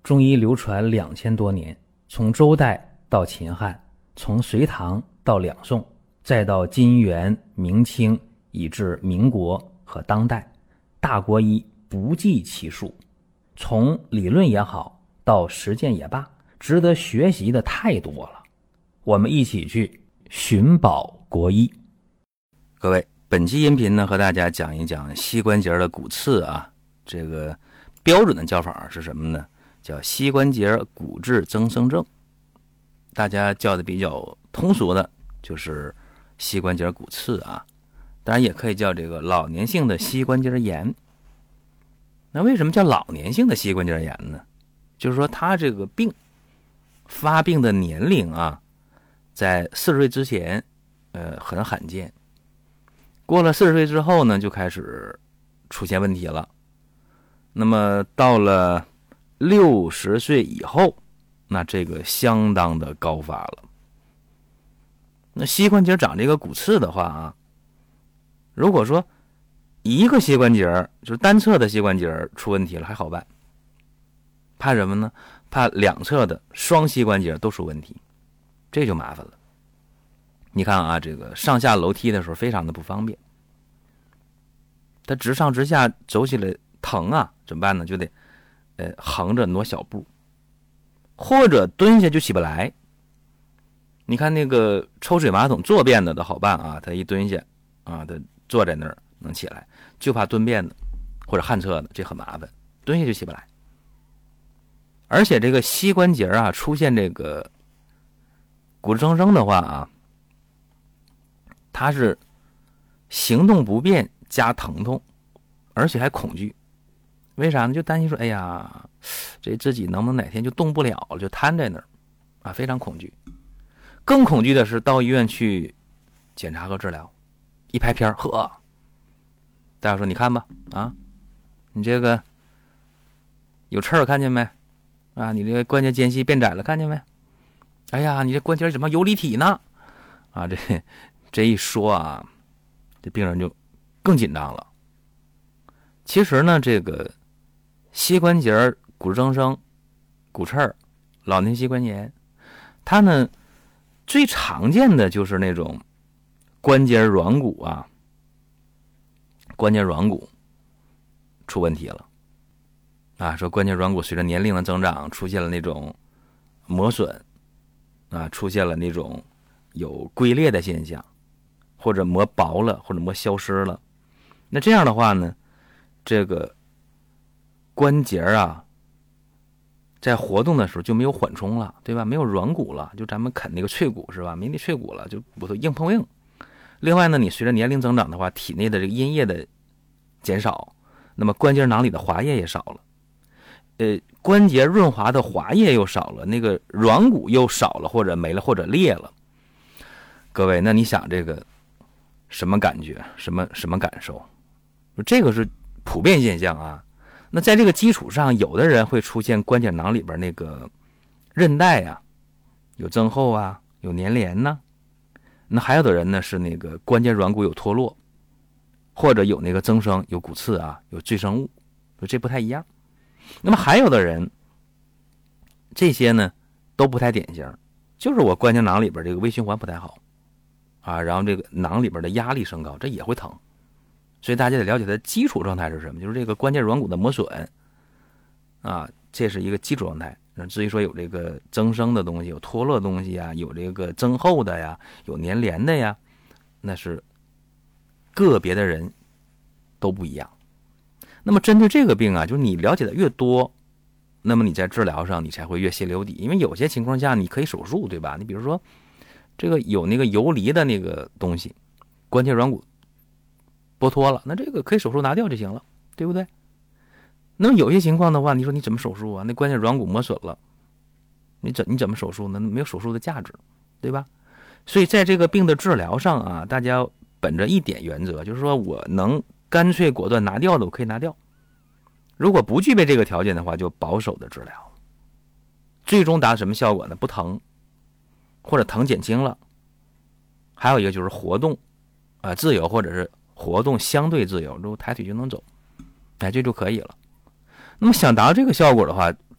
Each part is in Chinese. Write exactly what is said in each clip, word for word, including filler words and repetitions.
中医流传两千多年，从周代到秦汉，从隋唐到两宋，再到金元明清，以至民国和当代，大国医不计其数。从理论也好，到实践也罢，值得学习的太多了。我们一起去寻宝国医。 各位，本期音频呢，和大家讲一讲膝关节的骨刺啊。这个标准的叫法是什么呢？叫膝关节骨质增生症。大家叫的比较通俗的就是膝关节骨刺啊，当然也可以叫这个老年性的膝关节炎。那为什么叫老年性的膝关节炎呢？就是说它这个病发病的年龄啊，在四十岁之前呃很罕见，过了四十岁之后呢，就开始出现问题了。那么到了六十岁以后，那这个相当的高发了。那膝关节长这个骨刺的话啊，如果说一个膝关节就是单侧的膝关节出问题了还好办，怕什么呢？怕两侧的双膝关节都出问题，这就麻烦了。你看啊，这个上下楼梯的时候非常的不方便，他直上直下走起来疼啊，怎么办呢？就得呃横着挪小步，或者蹲下就起不来。你看那个抽水马桶坐便的都好办啊，他一蹲下啊，他坐在那儿能起来，就怕蹲便的或者旱厕的，这很麻烦，蹲下就起不来。而且这个膝关节啊出现这个骨质增生的话啊，它是行动不便加疼痛，而且还恐惧。为啥呢？就担心说，哎呀，这自己能不能哪天就动不了了，就瘫在那儿啊，非常恐惧。更恐惧的是到医院去检查和治疗，一拍片，呵，大夫说你看吧，啊，你这个有刺儿看见没？啊，你这个关节间隙变窄了看见没？哎呀，你这关节怎么游离体呢？啊，这这一说啊，这病人就更紧张了。其实呢，这个膝关节骨质增生、骨刺儿、老年膝关节炎，它呢最常见的就是那种关节软骨啊，关节软骨出问题了啊。说关节软骨随着年龄的增长，出现了那种磨损啊，出现了那种有龟裂的现象，或者磨薄了，或者磨消失了。那这样的话呢，这个关节啊，在活动的时候就没有缓冲了，对吧？没有软骨了，就咱们啃那个脆骨是吧？没那脆骨了，就骨头硬碰硬。另外呢，你随着年龄增长的话，体内的这个阴液的减少，那么关节囊里的滑液也少了，呃，关节润滑的滑液又少了，那个软骨又少了，或者没了，或者裂了。各位，那你想这个什么感觉？什么什么感受？这个是普遍现象啊。那在这个基础上，有的人会出现关节囊里边那个韧带啊有增厚啊，有粘连呢。那还有的人呢是那个关节软骨有脱落，或者有那个增生，有骨刺啊，有赘生物，这不太一样。那么还有的人，这些呢都不太典型，就是我关节囊里边这个微循环不太好啊，然后这个囊里边的压力升高，这也会疼。所以大家得了解它的基础状态是什么，就是这个关节软骨的磨损啊，这是一个基础状态。至于说有这个增生的东西，有脱落的东西啊，有这个增厚的呀，有粘连的呀，那是个别的人都不一样。那么针对这个病啊，就是你了解的越多，那么你在治疗上你才会越心里有底。因为有些情况下你可以手术，对吧？你比如说这个有那个游离的那个东西，关节软骨剥脱了，那这个可以手术拿掉就行了，对不对？那么有些情况的话，你说你怎么手术啊？那关节软骨磨损了，你怎你怎么手术呢？没有手术的价值，对吧？所以在这个病的治疗上啊，大家本着一点原则，就是说我能干脆果断拿掉的，我可以拿掉。如果不具备这个条件的话，就保守的治疗。最终达什么效果呢？不疼，或者疼减轻了。还有一个就是活动啊、呃，自由，或者是活动相对自由，如果抬腿就能走，哎，这就可以了。那么想达到这个效果的话，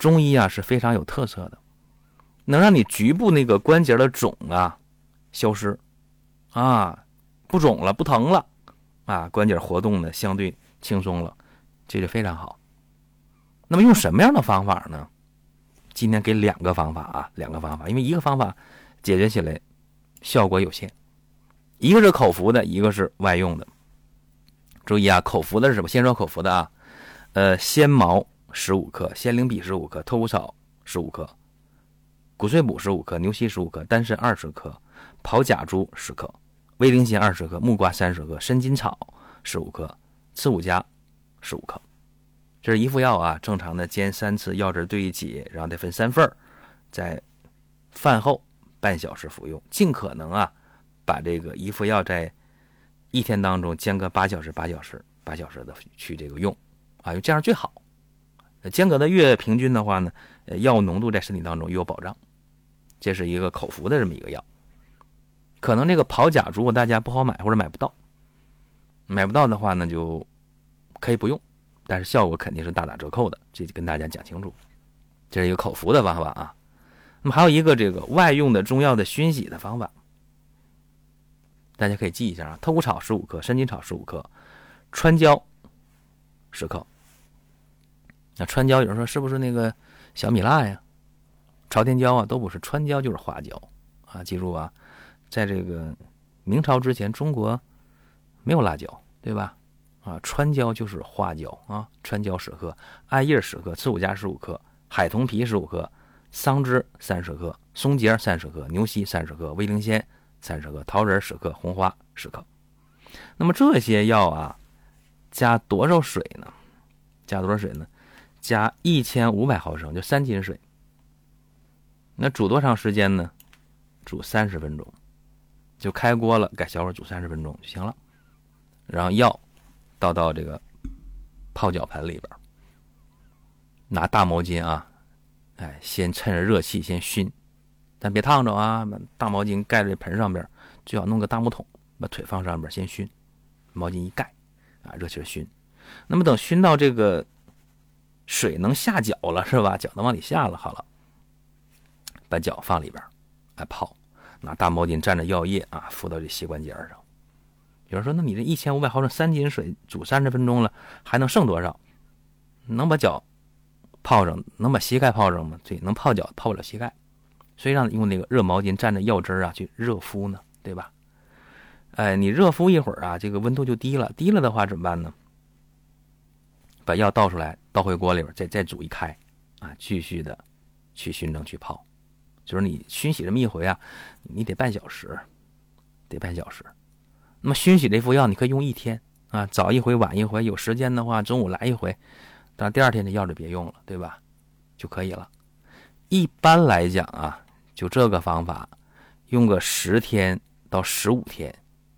中医啊是非常有特色的，能让你局部那个关节的肿啊消失啊，不肿了，不疼了啊，关节活动呢相对轻松了，这就非常好。那么用什么样的方法呢？今天给两个方法啊，两个方法，因为一个方法解决起来效果有限，一个是口服的，一个是外用的。注意啊，口服的是什么？先说口服的啊，呃，鲜茅十五克，鲜灵笔十五克，透骨草十五克，骨碎补十五克，牛膝十五克，丹参二十克，跑甲猪十克，威灵仙二十克，木瓜三十克，参金草十五克，刺五加十五克。这是一副药啊，正常的煎三次，药汁兑一起，然后再分三份儿，在饭后半小时服用，尽可能啊把这个一副药在一天当中间隔八小时、八小时、八小时的去这个用啊，这样最好。间隔的越平均的话呢，药物浓度在身体当中越有保障。这是一个口服的这么一个药，可能这个跑甲猪大家不好买或者买不到，买不到的话呢就可以不用，但是效果肯定是大打折扣的，这就跟大家讲清楚。这是一个口服的方法啊。那么还有一个这个外用的中药的熏洗的方法，大家可以记一下啊，透骨草十五克，参金草十五克，川椒十克。那川椒有人说是不是那个小米辣呀、朝天椒啊？都不是，川椒就是花椒啊！记住啊，在这个明朝之前，中国没有辣椒，对吧？啊，川椒就是花椒啊，川椒十克，艾叶十克，刺五加十五克，海桐皮十五克，桑枝三十克，松节三十克，牛膝三十克，威灵仙三十克，桃仁十克，红花十克。那么这些药啊，加多少水呢？加多少水呢？加一千五百毫升，就三斤水。那煮多长时间呢？煮三十分钟，就开锅了，改小火煮三十分钟就行了。然后药倒到这个泡脚盆里边，拿大毛巾啊，哎，先趁着热气先熏，但别烫着啊，把大毛巾盖在这盆上边，最好弄个大木桶，把腿放上边先熏，毛巾一盖啊，热气熏。那么等熏到这个水能下脚了，是吧？脚能往里下了，好了，把脚放里边来泡，拿大毛巾蘸着药液啊，敷到这膝关节上。有人说，那你这一千五百毫升三斤水煮三十分钟了，还能剩多少？能把脚泡上，能把膝盖泡上吗？对，能泡脚，泡不了膝盖，所以让用那个热毛巾蘸着药汁啊去热敷呢，对吧？哎，你热敷一会儿啊，这个温度就低了，低了的话怎么办呢？把药倒出来，倒回锅里边，再再煮一开啊，继续的去熏蒸去泡。就是你熏洗这么一回啊，你得半小时，得半小时。那么熏洗这副药你可以用一天啊，早一回晚一回，有时间的话中午来一回，但第二天这药就别用了，对吧？就可以了。一般来讲啊，就这个方法用个十天到十五天，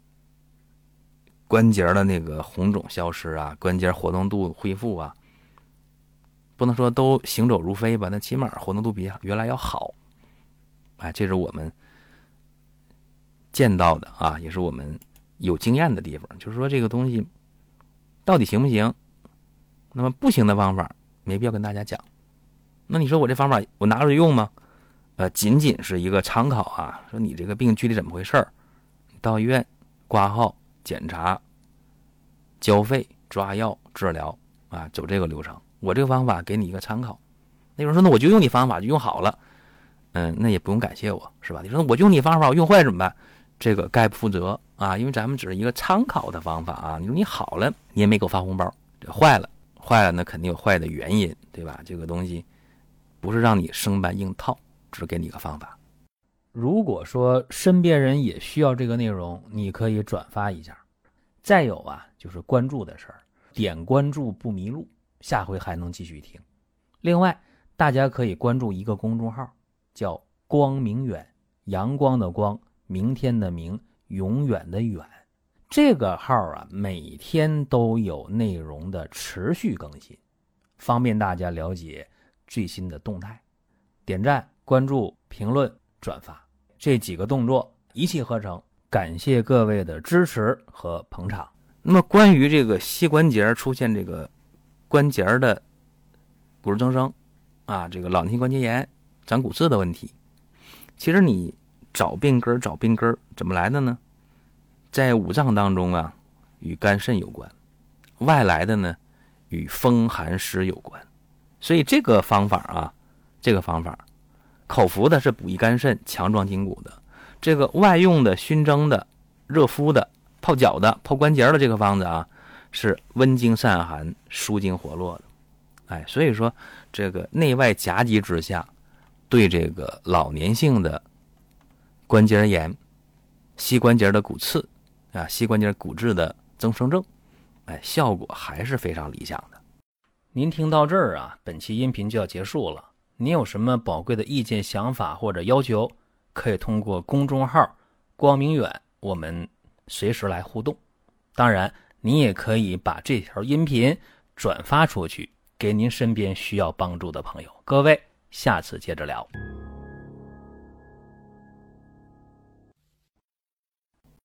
关节的那个红肿消失啊，关节活动度恢复啊，不能说都行走如飞吧，那起码活动度比原来要好。哎，这是我们见到的啊，也是我们有经验的地方，就是说这个东西到底行不行？那么不行的方法没必要跟大家讲。那你说我这方法我拿出去用吗？呃，仅仅是一个参考啊。说你这个病具体怎么回事？你到医院挂号检查、交费、抓药、治疗啊，走这个流程。我这个方法给你一个参考。那有人说，那我就用你方法就用好了，嗯，那也不用感谢我，是吧？你说我就用你方法，我用坏怎么办？这个概不负责啊，因为咱们只是一个参考的方法啊。你说你好了，你也没给我发红包；这坏了，坏了那肯定有坏的原因，对吧？这个东西不是让你生搬硬套，只是给你一个方法。 如果说身边人也需要这个内容，你可以转发一下。再有啊，就是关注的事儿，点关注不迷路，下回还能继续听。另外，大家可以关注一个公众号，叫光明远，阳光的光，明天的明，永远的远。这个号啊，每天都有内容的持续更新，方便大家了解最新的动态。点赞、关注、评论、转发这几个动作一气呵成，感谢各位的支持和捧场。 那么关于这个膝关节出现这个关节的骨质增生啊，这个老年性关节炎、长骨刺的问题。其实你找病根找病根怎么来的呢？在五脏当中啊，与肝肾有关，外来的呢与风寒湿有关。所以这个方法啊，这个方法口服的是补益肝肾、强壮筋骨的，这个外用的熏蒸的、热敷的、泡脚的、泡关节的这个方子啊，是温经散寒、舒筋活络的。哎，所以说这个内外夹击之下，对这个老年性的关节炎、膝关节的骨刺啊、膝关节骨质的增生症，哎，效果还是非常理想的。 您听到这儿啊，本期音频就要结束了。您有什么宝贵的意见、想法或者要求，可以通过公众号光明远，我们随时来互动。当然，您也可以把这条音频转发出去，给您身边需要帮助的朋友。各位，下次接着聊。